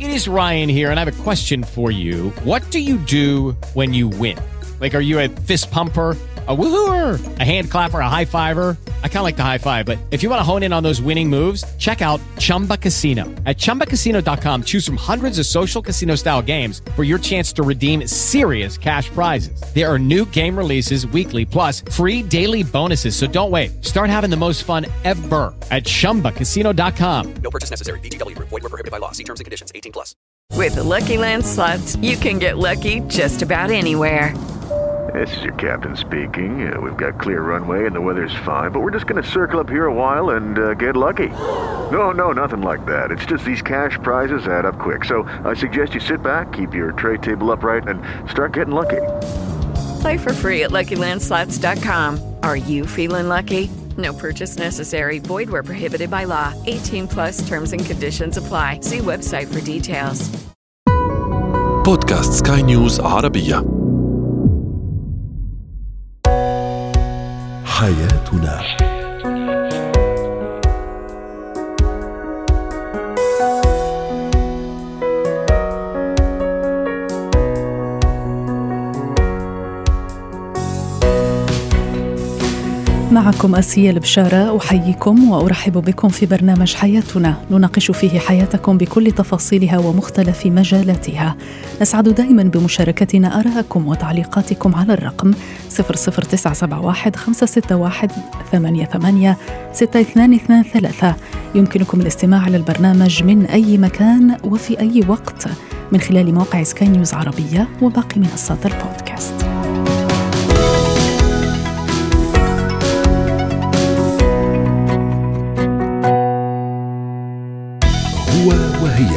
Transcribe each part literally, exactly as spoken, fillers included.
It is Ryan here, and I have a question for you. What do you do when you win? Like, are you a fist pumper, a woo-hooer, a hand clapper, a high fiver? I kind of like the high five, but if you want to hone in on those winning moves, check out Chumba Casino. At chumba casino dot com, choose from hundreds of social casino-style games for your chance to redeem serious cash prizes. There are new game releases weekly, plus free daily bonuses, so don't wait. Start having the most fun ever at chumba casino dot com. No purchase necessary. V G W Group. Void where prohibited by law. See terms and conditions. eighteen plus. With the Lucky Land Slots, you can get lucky just about anywhere. This is your captain speaking. Uh, we've got clear runway and the weather's fine, but we're just going to circle up here a while and uh, get lucky. No, no, nothing like that. It's just these cash prizes add up quick. So I suggest you sit back, keep your tray table upright, and start getting lucky. Play for free at lucky land slots dot com. Are you feeling lucky? No purchase necessary. Void where prohibited by law. eighteen plus terms and conditions apply. See website for details. بودكاست سكاي نيوز عربية. حياتنا. معكم أسية البشارة، أحييكم وأرحب بكم في برنامج حياتنا، نناقش فيه حياتكم بكل تفاصيلها ومختلف مجالاتها. نسعد دائما بمشاركتنا آراءكم وتعليقاتكم على الرقم صفر صفر تسعة سبعة واحد خمسة ستة واحد ثمانية ثمانية ستة اثنان اثنان ثلاثة. يمكنكم الاستماع على البرنامج من أي مكان وفي أي وقت من خلال موقع سكاي نيوز عربية وباقي منصات البودكاست. وهي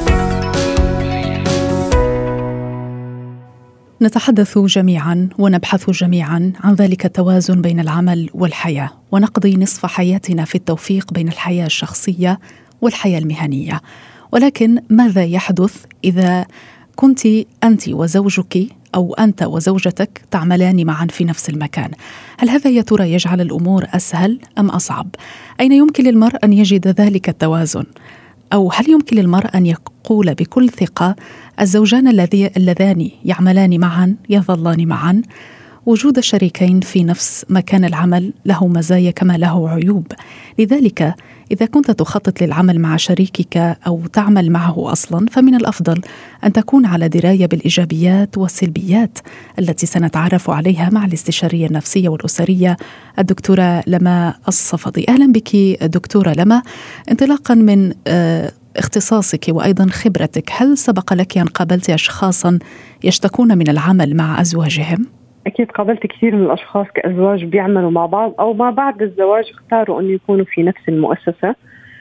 نتحدث جميعا ونبحث جميعا عن ذلك التوازن بين العمل والحياة، ونقضي نصف حياتنا في التوفيق بين الحياة الشخصية والحياة المهنية. ولكن ماذا يحدث إذا كنت أنت وزوجك أو أنت وزوجتك تعملان معا في نفس المكان؟ هل هذا يا ترى يجعل الأمور أسهل أم أصعب؟ أين يمكن للمرء أن يجد ذلك التوازن؟ أو هل يمكن للمرء أن يقول بكل ثقة الزوجان اللذان يعملان معا يظلان معا؟ وجود الشريكين في نفس مكان العمل له مزايا كما له عيوب. لذلك إذا كنت تخطط للعمل مع شريكك أو تعمل معه أصلا، فمن الأفضل أن تكون على دراية بالإيجابيات والسلبيات التي سنتعرف عليها مع الاستشارية النفسية والأسرية الدكتورة لما الصفدي. أهلا بك دكتورة لما. انطلاقا من اختصاصك وأيضا خبرتك، هل سبق لك أن قابلت أشخاصا يشتكون من العمل مع أزواجهم؟ أكيد قابلت كثير من الأشخاص كأزواج بيعملوا مع بعض أو ما بعد الزواج اختاروا أن يكونوا في نفس المؤسسة.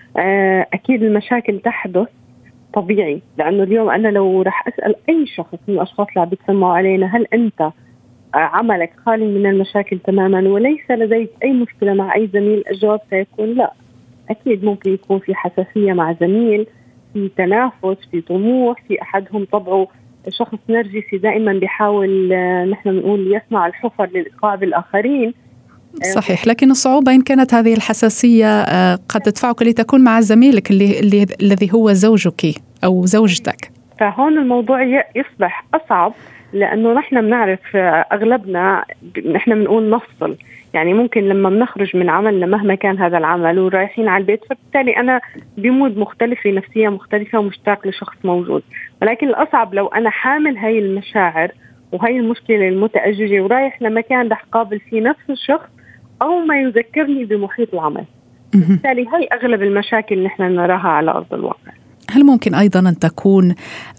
أكيد المشاكل تحدث طبيعي، لأنه اليوم أنا لو رح أسأل أي شخص من الأشخاص اللي بيتسمعوا علينا هل أنت عملك خالي من المشاكل تماما وليس لديك أي مشكلة مع أي زميل، الجواب سيكون لا. أكيد ممكن يكون في حساسية مع زميل، في تنافس، في طموح، في أحدهم طبعه شخص نرجسي دائما بيحاول نحن بنقول يصنع الحفر للإيقاع بالآخرين. صحيح، لكن الصعوبة إن كانت هذه الحساسية قد تدفعك لتكون مع زميلك اللي, اللي الذي هو زوجك أو زوجتك. فهون الموضوع يصبح أصعب، لأنه نحن بنعرف أغلبنا نحن بنقول نفصل، يعني ممكن لما بنخرج من عملنا مهما كان هذا العمل ورايحين على البيت، فبالتالي أنا بمود مختلفة، نفسية مختلفة، ومشتاق لشخص موجود. ولكن الأصعب لو أنا حامل هاي المشاعر وهي المشكلة المتأججة ورايح لمكان رح قابل فيه نفس الشخص أو ما يذكرني بمحيط العمل، بالتالي هاي أغلب المشاكل اللي نحن نراها على أرض الواقع. هل ممكن أيضا أن تكون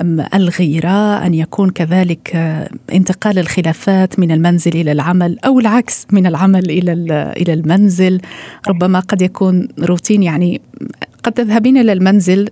الغيرة، أن يكون كذلك انتقال الخلافات من المنزل إلى العمل، أو العكس من العمل إلى إلى المنزل؟ ربما قد يكون روتين، يعني قد تذهبين إلى المنزل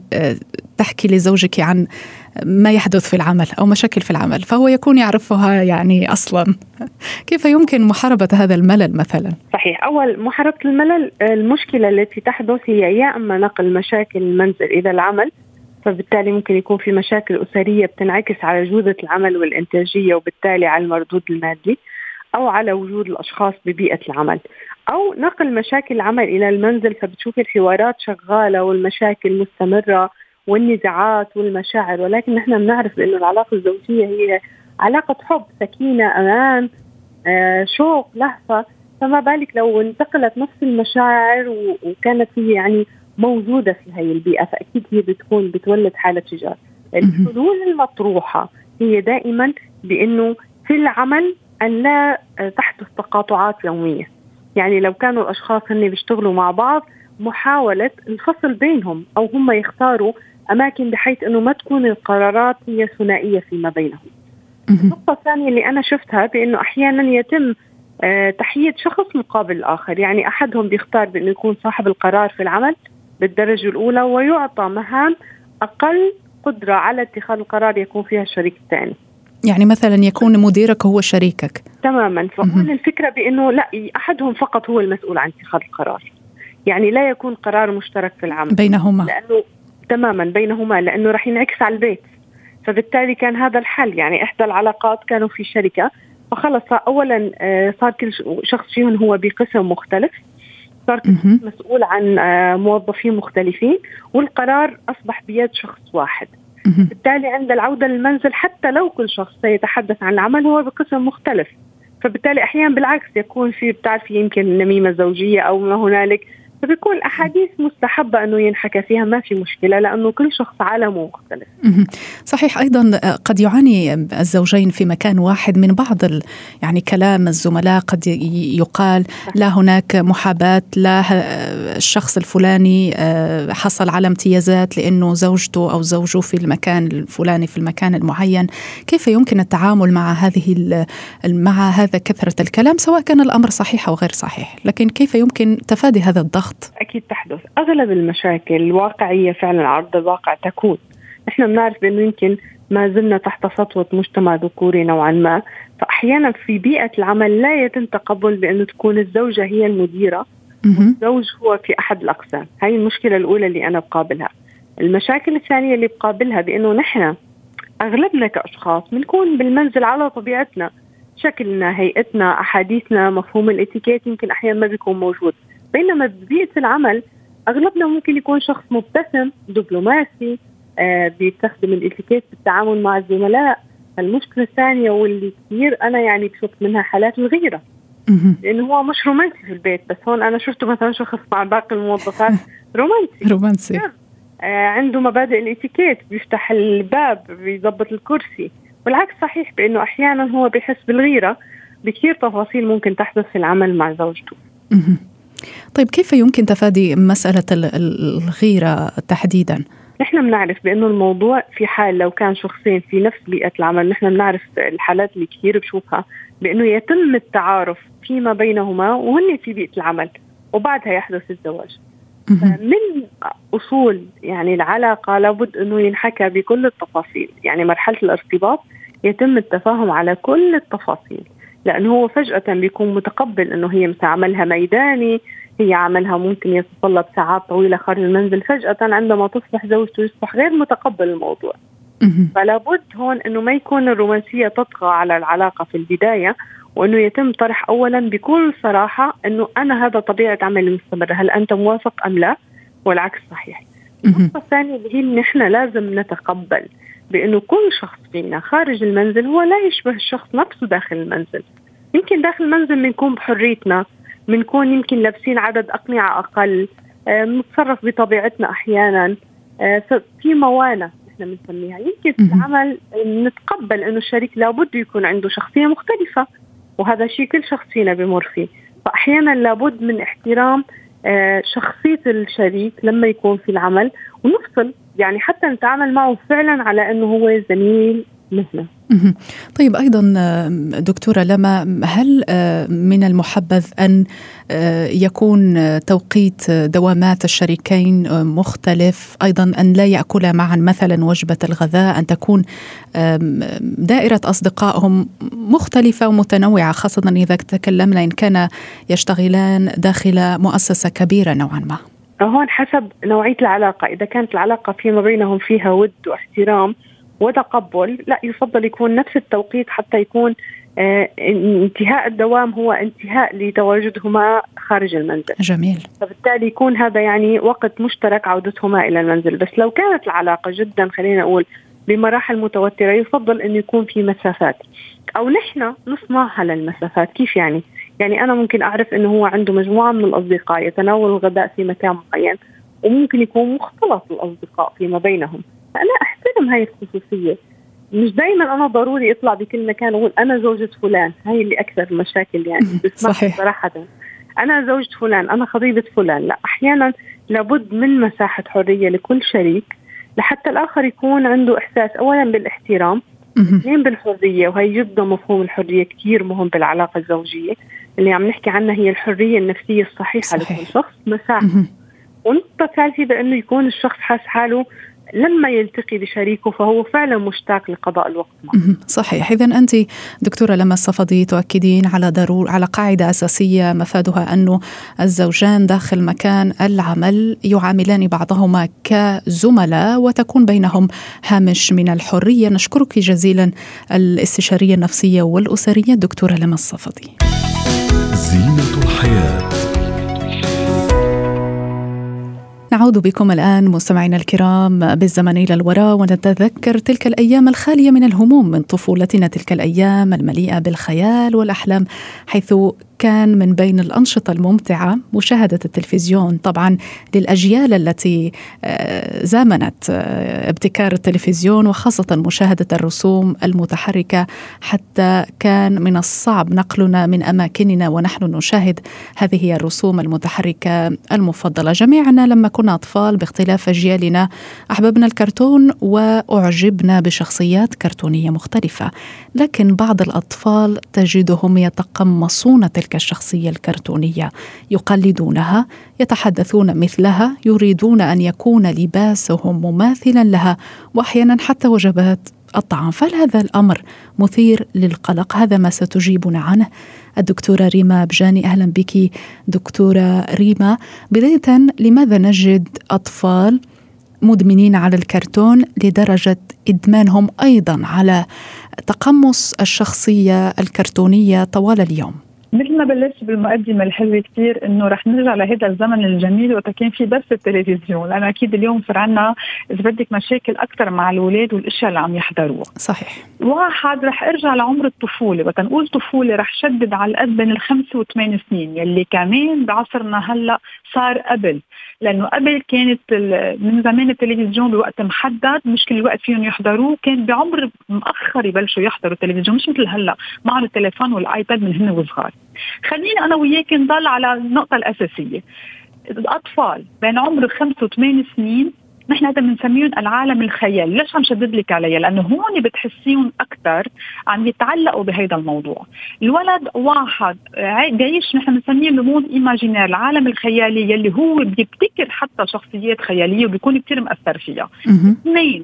لتحكي لزوجك عن ما يحدث في العمل أو مشاكل في العمل، فهو يكون يعرفها يعني أصلا. كيف يمكن محاربة هذا الملل مثلا؟ صحيح، أول محاربة الملل، المشكلة التي تحدث هي يا أما نقل مشاكل المنزل إلى العمل، فبالتالي ممكن يكون في مشاكل أسرية بتنعكس على جودة العمل والإنتاجية وبالتالي على المردود المادي، أو على وجود الأشخاص ببيئة العمل، أو نقل مشاكل العمل إلى المنزل فبتشوف الحوارات شغالة والمشاكل مستمرة والنزاعات والمشاعر، ولكن نحن بنعرف بأنه العلاقة الزوجية هي علاقة حب، سكينة، أمان، آه، شوق، لهفة. فما بالك لو انتقلت نفس المشاعر وكانت هي يعني موجودة في هاي البيئة، فأكيد هي بتكون بتولد حالة شجار. الحلول المطروحة هي دائما بأنه في العمل أن لا تحدث تقاطعات يومية. يعني لو كانوا الأشخاص هن بيشتغلوا مع بعض، محاولة الفصل بينهم أو هم يختاروا أماكن بحيث أنه ما تكون القرارات هي ثنائية فيما بينهم. النقطة الثانية اللي أنا شفتها بأنه أحيانا يتم أه تحييد شخص مقابل الآخر، يعني أحدهم بيختار بأنه يكون صاحب القرار في العمل بالدرجة الأولى ويعطى مهام أقل قدرة على اتخاذ القرار يكون فيها الشريك الثاني. يعني مثلا يكون مديرك هو شريكك تماما. فهون الفكرة بأنه لا، أحدهم فقط هو المسؤول عن اتخاذ القرار، يعني لا يكون قرار مشترك في العمل بينهما، لأنه تماما بينهما، لأنه رح ينعكس على البيت. فبالتالي كان هذا الحل. يعني إحدى العلاقات كانوا في شركة، فخلص أولا صار كل شخص فيهم هو بقسم مختلف، صار مسؤول عن موظفين مختلفين، والقرار أصبح بيد شخص واحد. بالتالي عند العودة للمنزل حتى لو كل شخص سيتحدث عن العمل هو بقسم مختلف، فبالتالي أحيانا بالعكس يكون في بتعرفي يمكن نميمة زوجية أو ما هنالك، فبيكون أحاديث مستحبة أنه ينحكى فيها، ما في مشكلة لأنه كل شخص عالمه مختلف. صحيح. أيضا قد يعاني الزوجين في مكان واحد من بعض يعني كلام الزملاء، قد يقال لا هناك محاباة، لا الشخص الفلاني حصل على امتيازات لأنه زوجته أو زوجه في المكان الفلاني في المكان المعين. كيف يمكن التعامل مع هذه مع هذا كثرة الكلام، سواء كان الأمر صحيح أو غير صحيح، لكن كيف يمكن تفادي هذا الضغط؟ أكيد تحدث. أغلب المشاكل الواقعية فعلا عرض الواقع تكون. نحن بنعرف بأنه يمكن ما زلنا تحت سطوة مجتمع ذكوري نوعا ما، فأحيانا في بيئة العمل لا يتم تقبل بأنه تكون الزوجة هي المديرة والزوج هو في أحد الأقسام. هاي المشكلة الأولى اللي أنا بقابلها. المشاكل الثانية اللي بقابلها بأنه نحن أغلبنا كأشخاص بنكون بالمنزل على طبيعتنا، شكلنا، هيئتنا، أحاديثنا، مفهوم الاتيكيت يمكن أحيانا ما بيكون موجود، بينما ببيئة العمل أغلبنا ممكن يكون شخص مبتسم، دبلوماسي، آه بيستخدم الاتيكيت بالتعامل مع الزملاء. المشكلة الثانية واللي كثير أنا يعني بشوف منها حالات الغيرة، لأنه هو مش رومانسي في البيت، بس هون أنا شفته مثلا شخص مع باقي الموظفات رومانسي رومانسي آه عنده مبادئ الاتيكيت، بيفتح الباب، بيضبط الكرسي. والعكس صحيح بأنه أحيانا هو بيحس بالغيرة بكثير تفاصيل ممكن تحدث في العمل مع زوجته. طيب كيف يمكن تفادي مسألة الغيرة تحديدا؟ نحن بنعرف بأنه الموضوع في حال لو كان شخصين في نفس بيئة العمل، نحن بنعرف الحالات اللي كثير بشوفها بأنه يتم التعارف فيما بينهما وهن في بيئة العمل وبعدها يحدث الزواج. من أصول يعني العلاقة لابد أنه ينحكى بكل التفاصيل. يعني مرحلة الارتباط يتم التفاهم على كل التفاصيل، لأنه هو فجأة بيكون متقبل أنه هي مثل عملها ميداني، هي عملها ممكن يتطلب ساعات طويلة خارج المنزل، فجأة عندما تصبح زوجته يصبح غير متقبل الموضوع. فلا بد هون أنه ما يكون الرومانسية تطغى على العلاقة في البداية، وأنه يتم طرح أولا بكل صراحة أنه أنا هذا طبيعة عملي المستمرة، هل أنت موافق أم لا؟ والعكس صحيح. النقطة الثانية اللي هي نحن لازم نتقبل بأنه كل شخص فينا خارج المنزل هو لا يشبه الشخص نفسه داخل المنزل. يمكن داخل المنزل بنكون بحريتنا، بنكون يمكن لابسين عدد أقنعة أقل، نتصرف بطبيعتنا أحيانا، في موانع نحن بنسميها. يمكن في العمل نتقبل أنه الشريك لابد يكون عنده شخصية مختلفة، وهذا شيء كل شخص فينا بمر فيه. فأحيانا لابد من احترام شخصية الشريك لما يكون في العمل، ونفصل يعني حتى نتعامل معه فعلا على أنه هو زميل مهنة. طيب أيضا دكتورة لما، هل من المحبذ أن يكون توقيت دوامات الشريكين مختلف، أيضا أن لا يأكلا معا مثلا وجبة الغذاء، أن تكون دائرة أصدقائهم مختلفة ومتنوعة، خاصة إذا تكلمنا إن كان يشتغلان داخل مؤسسة كبيرة نوعا ما؟ هون حسب نوعية العلاقة. إذا كانت العلاقة فيما بينهم فيها ود واحترام وتقبل، لا يفضل يكون نفس التوقيت حتى يكون آه انتهاء الدوام هو انتهاء لتواجدهما خارج المنزل. جميل. فبالتالي يكون هذا يعني وقت مشترك عودتهما إلى المنزل. بس لو كانت العلاقة جدا خلينا نقول بمراحل متوترة يفضل أن يكون في مسافات، أو نحن نصنعها للمسافات. كيف يعني؟ يعني أنا ممكن أعرف أنه هو عنده مجموعة من الأصدقاء يتناول الغداء في مكان معين، وممكن يكون مختلط الأصدقاء فيما بينهم، فأنا أحترم هاي الخصوصية. مش دايما أنا ضروري أطلع بكل مكان وأقول أنا زوجة فلان. هاي اللي أكثر المشاكل يعني. صحيح. صراحة أنا زوجة فلان، أنا خطيبة فلان. لا، أحيانا لابد من مساحة حرية لكل شريك لحتى الآخر يكون عنده إحساس أولا بالاحترام، اثنين بالحرية. وهي جدا مفهوم الحرية كتير مهم بالعلاقة الزوجية اللي عم نحكي عنها، هي الحرية النفسية الصحيحة. صحيح. لكل شخص مساحة. ونقطة ثالثة بأنه يكون الشخص حاس حاله لما يلتقي بشريكه فهو فعلا مشتاق لقضاء الوقت معه. صحيح. إذن أنت دكتورة لما الصفدي تؤكدين على ضرورة على قاعدة أساسية مفادها أنه الزوجان داخل مكان العمل يعاملان بعضهما كزملاء وتكون بينهم هامش من الحرية. نشكرك جزيلا الاستشارية النفسية والأسرية دكتورة لما الصفدي. زينة الحياة. نعود بكم الآن مستمعينا الكرام بالزمن إلى الوراء ونتذكر تلك الأيام الخالية من الهموم من طفولتنا، تلك الأيام المليئة بالخيال والأحلام، حيث كان من بين الأنشطة الممتعة مشاهدة التلفزيون. طبعا للأجيال التي زامنت ابتكار التلفزيون وخاصة مشاهدة الرسوم المتحركة، حتى كان من الصعب نقلنا من أماكننا ونحن نشاهد هذه الرسوم المتحركة المفضلة. جميعنا لما كنا أطفال باختلاف أجيالنا أحببنا الكرتون وأعجبنا بشخصيات كرتونية مختلفة، لكن بعض الأطفال تجدهم يتقمصون تلك الشخصية الكرتونية، يقلدونها، يتحدثون مثلها، يريدون أن يكون لباسهم مماثلا لها، وأحيانا حتى وجبات الطعام. فهل هذا الأمر مثير للقلق؟ هذا ما ستجيبنا عنه الدكتورة ريما بجاني. أهلا بك دكتورة ريما. بداية، لماذا نجد أطفال مدمنين على الكرتون لدرجة إدمانهم أيضا على تقمص الشخصية الكرتونية طوال اليوم؟ مثل ما بلشت بالمقدمة الحلوة كتير إنه رح نرجع لهذا الزمن الجميل وقت كان في بس التلفزيون، لأن أكيد اليوم صار عنا إذا بدك مشاكل أكتر مع الأولاد والأشياء اللي عم يحضروها. صحيح. واحد رح أرجع لعمر الطفولة، وقت نقول طفولة رح شدد على القد بين الخمس وثمان سنين، يلي كمان بعصرنا هلأ صار قبل، لأنه قبل كانت من زمان التلفزيون بوقت محدد، مش كل وقت فيهم يحضروه، كان بعمر مؤخر يبلشوا يحضروا التلفزيون، مش مثل هلأ معهم التليفون والآيباد من هن وصغار. خلينا أنا وياك نضل على النقطة الأساسية. الأطفال بين عمر خمس وثمان سنين نحن هذا بنسميهم العالم الخيال. ليش عم شدد لك عليها؟ لأنه هون بتحسيهم أكتر عم يتعلقوا بهذا الموضوع. الولد واحد بيعيش نحن بنسميه المود إيماجينير، العالم الخيالي يلي هو بيبتكر حتى شخصيات خيالية وبيكون كتير مأثر فيها. اثنين،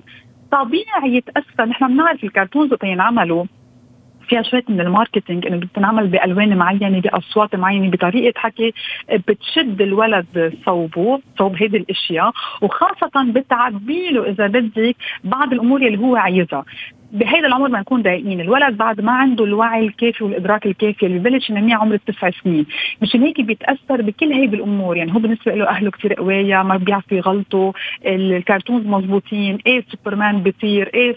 طبيعي يتأثر. نحن بنعرف الكرتونز وقت ينعملوا فيها شوية من الماركتينج، إنه بتنعمل بألوان معينة، بأصوات معينة، بطريقة حكي بتشد الولد صوبه صوب هذه الأشياء، وخاصة بتعبيله إذا بدك بعض الأمور اللي هو عايزها. بهذا العمر ما نكون ضايقين، الولد بعد ما عنده الوعي الكافي والإدراك الكافي اللي ببلش ينميه عمر التسع سنين، مش هيك بيتأثر بكل هذه الأمور. يعني هو بالنسبة له أهله كتير قوية، ما بيعرفوا يغلطوا، الكرتونز مزبوطين، إيه سوبرمان بيطير، إيه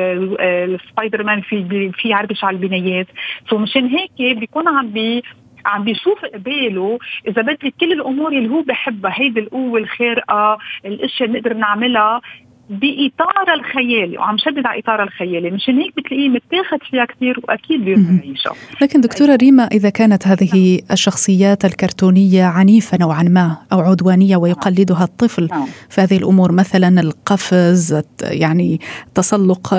سبايدر مان في في عربش على البنايات. فمشان هيك بيكون عم بي عم بيشوف قباله إذا بدك كل الأمور اللي هو بحبها، هيدي القوة الخارقة، الأشياء اللي نقدر نعملها بإطار الخيالي، وعم شدد على إطار الخيالي. مشان هيك بتلاقيه متاخد فيها كتير وأكيد بيقدر يعيشها. لكن دكتورة ريما، إذا كانت هذه الشخصيات الكرتونية عنيفة نوعا ما أو عدوانية ويقلدها الطفل في هذه الأمور، مثلا القفز، يعني تسلق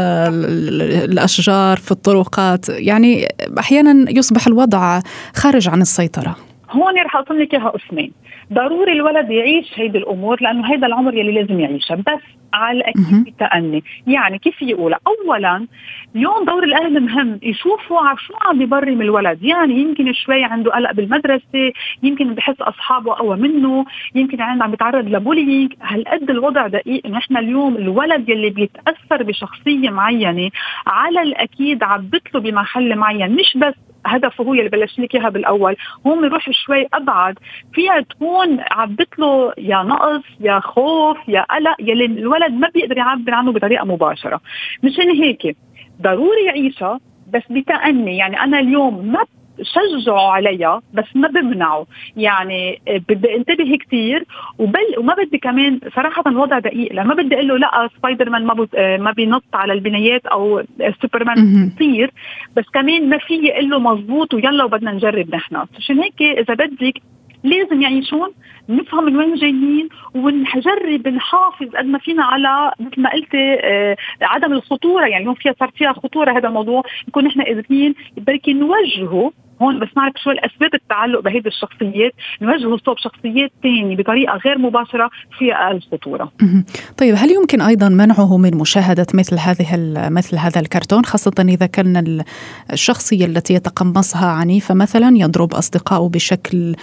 الأشجار في الطرقات، يعني أحيانا يصبح الوضع خارج عن السيطرة. هون رح أعطيك إياها قسمين. ضروري الولد يعيش هيدي الأمور لأنه هيدا العمر يلي لازم يعيشها، بس على الأكيد بتأني. يعني كيف يقول؟ أولا اليوم دور الأهل مهم، يشوفوا على شو عم بيبرم الولد. يعني يمكن شوي عنده قلق بالمدرسة، يمكن بحس أصحابه أقوى منه، يمكن عنده عم بيتعرض لبولينج. هالقد الوضع دقيق إنه إحنا اليوم الولد يلي بيتأثر بشخصية معينة على الأكيد عبتله بمحل معين، مش بس هدفه هو اللي بلش لك اياها بالاول، هون نروح شوي ابعد، فيها تكون عبت له يا نقص يا خوف يا قلق يلي الولد ما بيقدر يعبر عنه بطريقه مباشره. مشان هيك ضروري يعيشها بس بتأني. يعني انا اليوم ما شجعوا عليها بس ما بمنعوا، يعني بدي انتبه كتير وبل وما بدي كمان صراحة الوضع دقيق، لأ ما بدي أقول له لا سبايدر مان ما, ما بينط على البنايات أو سوبرمان بيصير، بس كمان ما في يقول له مزبوط ويلا وبدنا نجرب نحن. عشان هيك إذا بدك لازم يعيشون، نفهم من وين جايين ونجرب نحافظ قد ما فينا على مثل ما قلت آه عدم الخطورة. يعني اليوم فيها صار فيها خطورة هذا الموضوع، نكون نحن قادرين بركي نوجهه هون بس نعرف شو الأسباب التعلق بهذه الشخصيات، نوجهه صوب شخصيات تاني بطريقة غير مباشرة فيها أقل خطورة. طيب هل يمكن أيضا منعه من مشاهدة مثل هذه مثل هذا الكرتون، خاصة إذا كان الشخصية التي يتقمصها عنيفة مثلا يضرب أصدقائه بشكل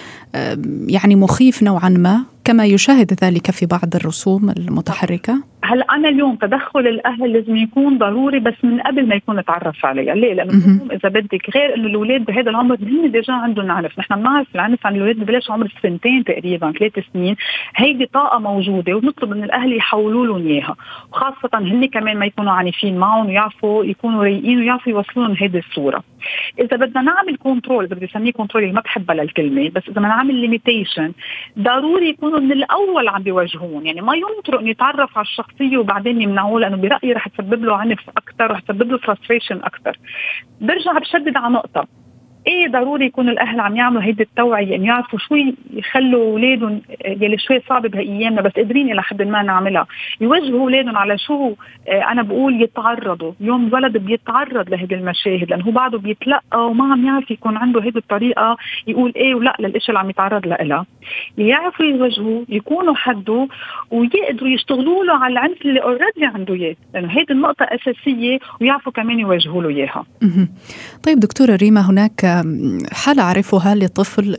يعني مخيف نوعا ما كما يشاهد ذلك في بعض الرسوم المتحركة؟ هلا أنا اليوم تدخل الأهل لازم يكون ضروري بس من قبل ما يكون تعرف عليها. ليه؟ لأنه إذا بدك غير إنه الأولاد بهذا العمر هن ديجا عندهم نعرف، نحن بنعرف العنف عن الأولاد ببلاش عمر سنتين تقريبا ثلاث سنين، هيدي طاقة موجودة ونطلب من الأهل يحولوا لهم إياها، وخاصة هن كمان ما يكونوا عنيفين معهم ويعرفوا يكونوا رايقين ويعرفوا يوصلوا لهم هيدي الصورة. إذا بدنا نعمل كنترول، إذا بدي أسميه كنترول ما بحبها للكلمة، بس إذا بدنا نعمل ليميتيشن ضروري يكونوا من الأول عم بيواجهون. يعني ما ينطرق إنه يتعرف على الشخصية وبعدين يمنعوه، لأنه برأيي رح تسبب له عنف أكتر، رح تسبب له فرستريشن أكتر. برجع بشدد على نقطة، ايه ضروري يكون الاهل عم يعملوا هيدي التوعيه، ان يعرفوا شو يخلوا اولادهم يلي شوي صعب بهالايامنا بس قادرين الى حد ما نعملها، يوجهوا اولادهم على شو انا بقول يتعرضوا. اليوم الولد بيتعرض لهيدي المشاهد لانه بعده بيتلقى وما عم يعرف يكون عنده هيدي الطريقه يقول ايه ولا للاشي اللي عم يتعرض لها. يعرفوا يوجهوا، يكونوا حده ويقدروا يشتغلوا له على العنف اللي اوريدي عنده اياه، لانه هيدي النقطه اساسيه، ويعرفوا كمان يوجهوا له اياها. طيب دكتوره ريما، هناك حالة أعرفها لطفل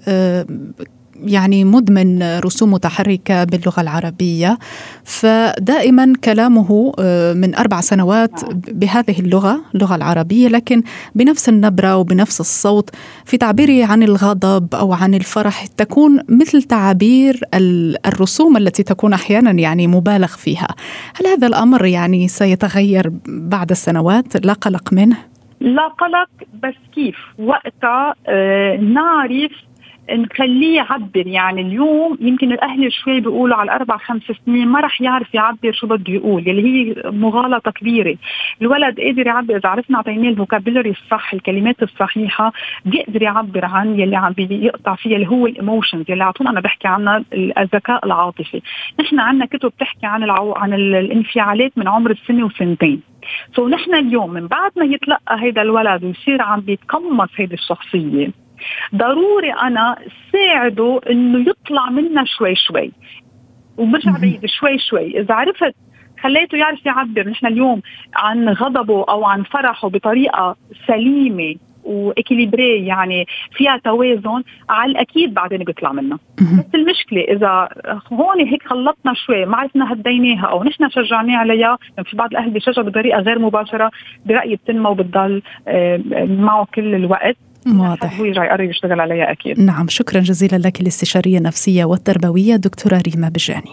يعني مدمن رسوم متحركة باللغة العربية، فدائما كلامه من أربع سنوات بهذه اللغة اللغة العربية، لكن بنفس النبرة وبنفس الصوت في تعبيره عن الغضب أو عن الفرح تكون مثل تعابير الرسوم التي تكون أحيانا يعني مبالغ فيها. هل هذا الأمر يعني سيتغير بعد السنوات؟ لا قلق منه؟ لا قلق، بس كيف وقتها آه نعرف نخليه يعبر. يعني اليوم يمكن الأهل شوي بيقولوا على أربع خمس سنين ما رح يعرف يعبر شو بده يقول، يلي هي مغالطة كبيرة. الولد قادر يعبر إذا عرفنا عطيناه الفوكابيلري الصح، الكلمات الصحيحة، بيقدر يعبر عن يلي عم بيقطع فيها اللي هو الإيموشنز يلي عطونا أنا بحكي عنها، الذكاء العاطفي. نحن عنا كتب بتحكي عن العو... عن الانفعالات من عمر السنة وسنتين. سو نحن اليوم من بعد ما يتلقى هيدا الولد ويصير عم بيتقمص هيدا الشخصية، ضروري أنا ساعده إنه يطلع منها شوي شوي وبرجع بعيد شوي شوي. إذا عرفت خليته يعرف يعبر نحن اليوم عن غضبه أو عن فرحه بطريقة سليمة وإكيليبري، يعني فيها توازن، على الأكيد بعدين بيطلع منها. بس المشكلة إذا هون هيك خلطنا شوي، ما عرفنا هديناها أو نحن شجعناه عليها، يعني في بعض الأهل بيشجعوا بطريقة غير مباشرة، برأيي بتنمى وبتضل معه كل الوقت. واضح. هو يرجع يقرر يشتغل عليها أكيد. نعم، شكرا جزيلا لك الاستشارية النفسية والتربوية دكتورة ريما بجاني.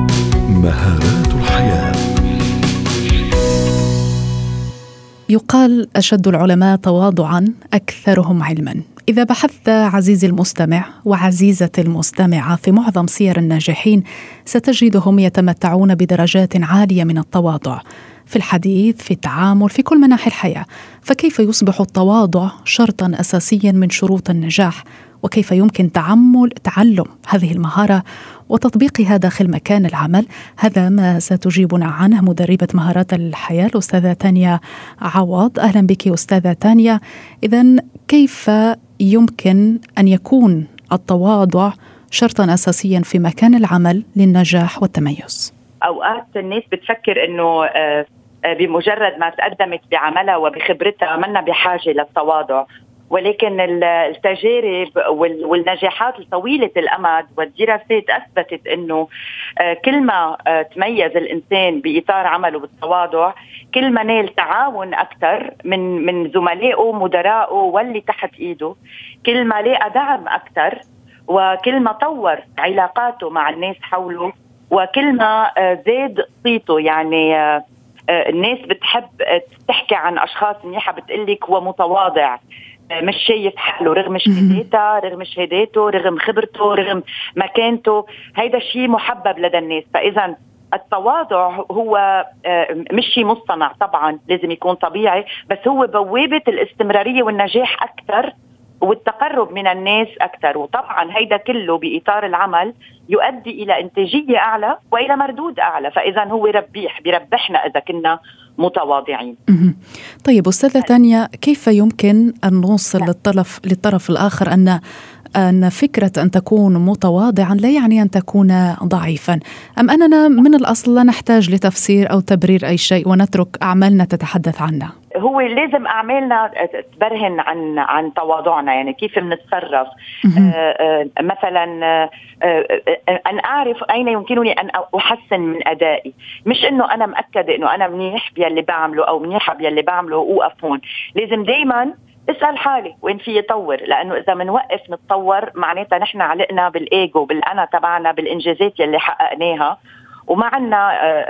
مهارات الحياة. يقال أشد العلماء تواضعا أكثرهم علما. إذا بحثت عزيزي المستمع وعزيزة المستمعة في معظم سير الناجحين ستجدهم يتمتعون بدرجات عالية من التواضع في الحديث، في التعامل، في كل مناحي الحياة. فكيف يصبح التواضع شرطا أساسيا من شروط النجاح؟ وكيف يمكن تعمل تعلم هذه المهارة وتطبيقها داخل مكان العمل؟ هذا ما ستجيبنا عنه مدربة مهارات الحياة الأستاذة تانيا عوض. أهلا بك أستاذة تانيا. إذن كيف يمكن أن يكون التواضع شرطا أساسيا في مكان العمل للنجاح والتميز؟ أوقات الناس بتفكر إنه آه بمجرد ما تقدمت بعملها وبخبرتها منا بحاجة للتواضع، ولكن التجارب والنجاحات الطويلة الأمد والدراسات أثبتت أنه كل ما تميز الإنسان بإطار عمله بالتواضع كل ما نال تعاون أكثر من من زملائه مدرائه واللي تحت إيده، كل ما لقى دعم أكثر، وكل ما طور علاقاته مع الناس حوله، وكل ما زاد صيته. يعني الناس بتحب تحكي عن أشخاص منيحة، بتقلك هو متواضع، مش شايف حاله رغم شهاداته رغم شهاداته رغم خبرته رغم مكانته. هيدا الشيء محبب لدى الناس. فإذا التواضع هو مش شيء مصطنع، طبعا لازم يكون طبيعي، بس هو بوابة الاستمرارية والنجاح أكثر والتقرب من الناس أكثر. وطبعا هيدا كله بإطار العمل يؤدي إلى إنتاجية أعلى وإلى مردود أعلى. فإذا هو ربيح بيربحنا إذا كنا متواضعين. طيب أستاذة تانيا، كيف يمكن أن نوصل للطرف, للطرف الآخر أن أن فكرة أن تكون متواضعا لا يعني أن تكون ضعيفا، أم أننا من الأصل لا نحتاج لتفسير أو تبرير أي شيء ونترك أعمالنا تتحدث عنها؟ هو لازم أعمالنا تبرهن عن عن تواضعنا، يعني كيف بنتصرف. آه آه مثلا آه أن أعرف أين يمكنني أن أحسن من أدائي، مش إنه أنا مأكدة إنه أنا منيح باللي بعمله أو منيحة باللي بعمله وأوقف هون. لازم دايما اسأل حالي وين في يطور، لأنه إذا منوقف نتطور معناتها نحن علقنا بالإيجو بالأنا تبعنا بالإنجازات يلي حققناها، وما عنا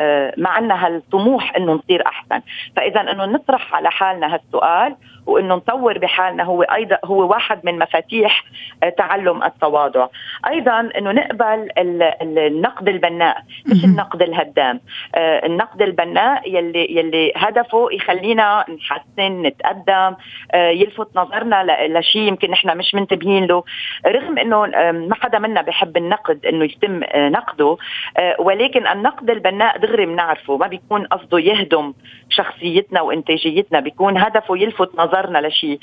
ما عنا هالطموح إنه نصير أحسن. فإذا إنه نطرح على حالنا هالسؤال وإنه نطور بحالنا هو أيضا هو واحد من مفاتيح تعلم التواضع. أيضا إنه نقبل النقد البناء مش النقد الهدام. النقد البناء يلي يلي هدفه يخلينا نحسن نتقدم، يلفت نظرنا لشيء يمكن نحن مش منتبهين له، رغم إنه ما حدا منا بيحب النقد إنه يتم نقده، ولكن النقد البناء دغري بنعرفه ما بيكون قصده يهدم شخصيتنا وإنتاجيتنا، بيكون هدفه يلفت نظرنا لشيء.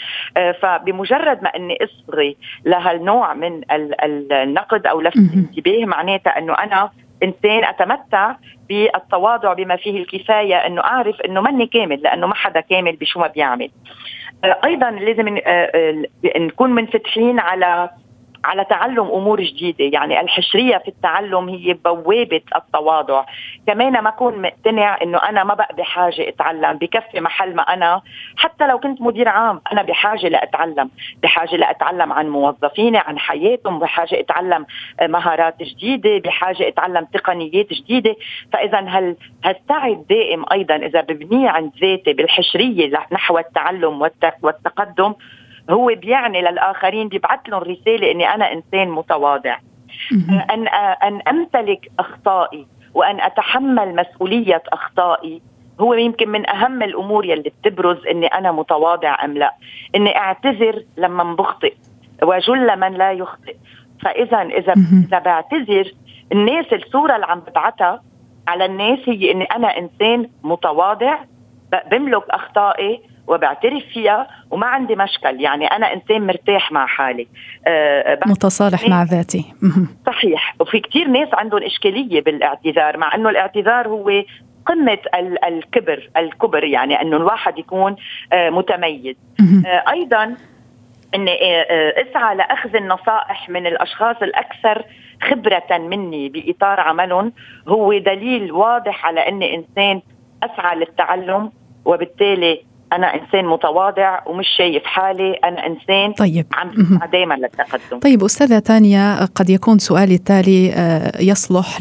فبمجرد ما أني أصغي لهالنوع من النقد أو لفت الانتباه معناتها أنه أنا إنسان أتمتع بالتواضع بما فيه الكفاية، أنه أعرف أنه مني كامل، لأنه ما حدا كامل بشو ما بيعمل. أيضا لازم نكون منفتحين على على تعلم أمور جديدة. يعني الحشرية في التعلم هي بوابة التواضع. كمان ما أكون مقتنع إنه أنا ما بقى بحاجة أتعلم، بكفي محل ما أنا حتى لو كنت مدير عام أنا بحاجة لأتعلم، بحاجة لأتعلم عن موظفيني عن حياتهم، بحاجة أتعلم مهارات جديدة، بحاجة أتعلم تقنيات جديدة. فإذا هل هالسعي الدائم أيضا إذا ببني عند ذاتي بالحشرية نحو التعلم والتقدم هو بيعني للآخرين، بيبعث لهم رسالة إني أنا إنسان متواضع، أن أن أمتلك أخطائي وأن أتحمل مسؤولية أخطائي هو يمكن من أهم الأمور يلي بتبرز إني أنا متواضع أم لا. إني أعتذر لما بخطئ وجل من لا يخطئ. فإذا إذا إذا بعتذر الناس الصورة اللي عم ببعتها على الناس هي إني أنا إنسان متواضع بملك أخطائي وبعترف فيها وما عندي مشكل، يعني أنا إنسان مرتاح مع حالي، أه متصالح مع ذاتي. صحيح. وفي كتير ناس عندهم إشكالية بالاعتذار، مع أنه الاعتذار هو قمة الكبر الكبر يعني أنه الواحد يكون أه متميز. أه أيضا أن أه أسعى لأخذ النصائح من الأشخاص الأكثر خبرة مني بإطار عملهم هو دليل واضح على أني إنسان أسعى للتعلم، وبالتالي أنا إنسان متواضع ومش شايف حالي أنا إنسان طيب. عم بسعى دايما للتقدم. طيب أستاذة تانيا، قد يكون سؤالي التالي يصلح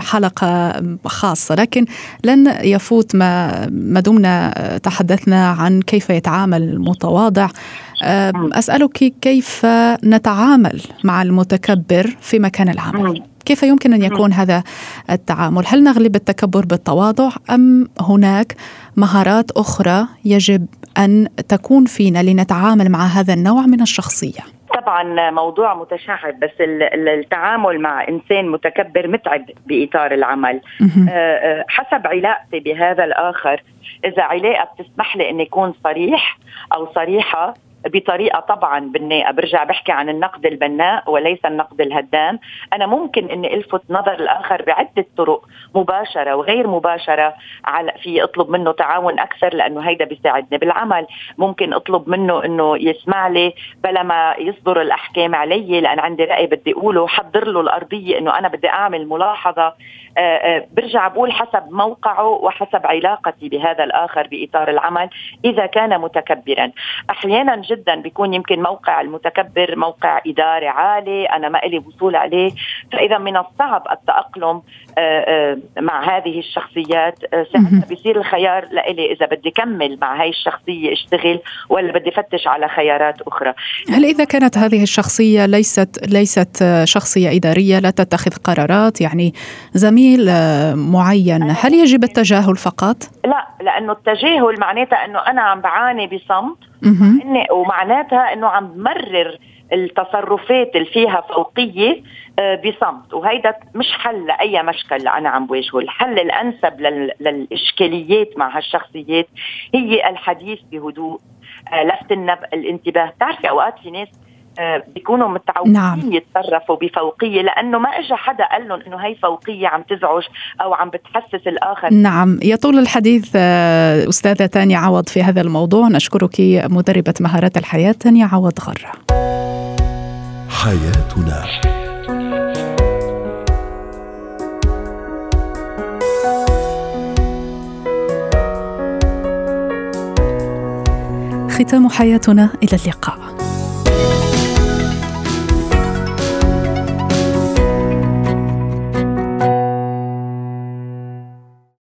لحلقة خاصة، لكن لن يفوت ما ما دمنا تحدثنا عن كيف يتعامل المتواضع. أسألك كيف نتعامل مع المتكبر في مكان العمل؟ كيف يمكن أن يكون هذا التعامل؟ هل نغلب التكبر بالتواضع أم هناك مهارات أخرى يجب أن تكون فينا لنتعامل مع هذا النوع من الشخصية؟ طبعا موضوع متشعب، بس التعامل مع إنسان متكبر متعب بإطار العمل. حسب علاقتي بهذا الآخر، إذا علاقة بتسمح لي أن يكون صريح أو صريحة بطريقة طبعا بناءة. برجع بحكي عن النقد البناء وليس النقد الهدام. أنا ممكن أني ألفت نظر الآخر بعدة طرق مباشرة وغير مباشرة، على في أطلب منه تعاون أكثر لأنه هيدا بيساعدني بالعمل. ممكن أطلب منه أنه يسمع لي بلا ما يصدر الأحكام علي، لأن عندي رأي بدي أقوله، حضر له الأرضية أنه أنا بدي أعمل ملاحظة. آآ آآ برجع بقول حسب موقعه وحسب علاقتي بهذا الآخر بإطار العمل. إذا كان متكبرا، أحيانا جدا بيكون يمكن موقع المتكبر موقع إداري عالي أنا ما إلي وصول عليه، فإذا من الصعب التأقلم آآ آآ مع هذه الشخصيات. ساعتها بيصير الخيار لإلي إذا بدي كمل مع هاي الشخصية اشتغل ولا بدي فتش على خيارات أخرى. هل إذا كانت هذه الشخصية ليست ليست شخصية إدارية لا تتخذ قرارات، يعني زميل معين، هل يجب التجاهل فقط؟ لا، لأنه التجاهل معناتها أنه أنا عم بعاني بصمت، ومعناتها أنه عم بمرر التصرفات اللي فيها فوقية بصمت، وهيدا مش حل لأي مشكل أنا عم بواجهه. الحل الأنسب للإشكاليات مع هالشخصيات هي الحديث بهدوء، لفت الانتباه. تعرفي أوقات في ناس بيكونوا متعودين نعم. يتصرفوا بفوقية لأنه ما إجا حدا قال لهم إنه هاي فوقية عم تزعج أو عم بتحسس الآخر. نعم، يطول الحديث أستاذة تانيا عوض في هذا الموضوع. نشكرك مدربة مهارات الحياة تانيا عوض غرة. حياتنا. ختام حياتنا، إلى اللقاء.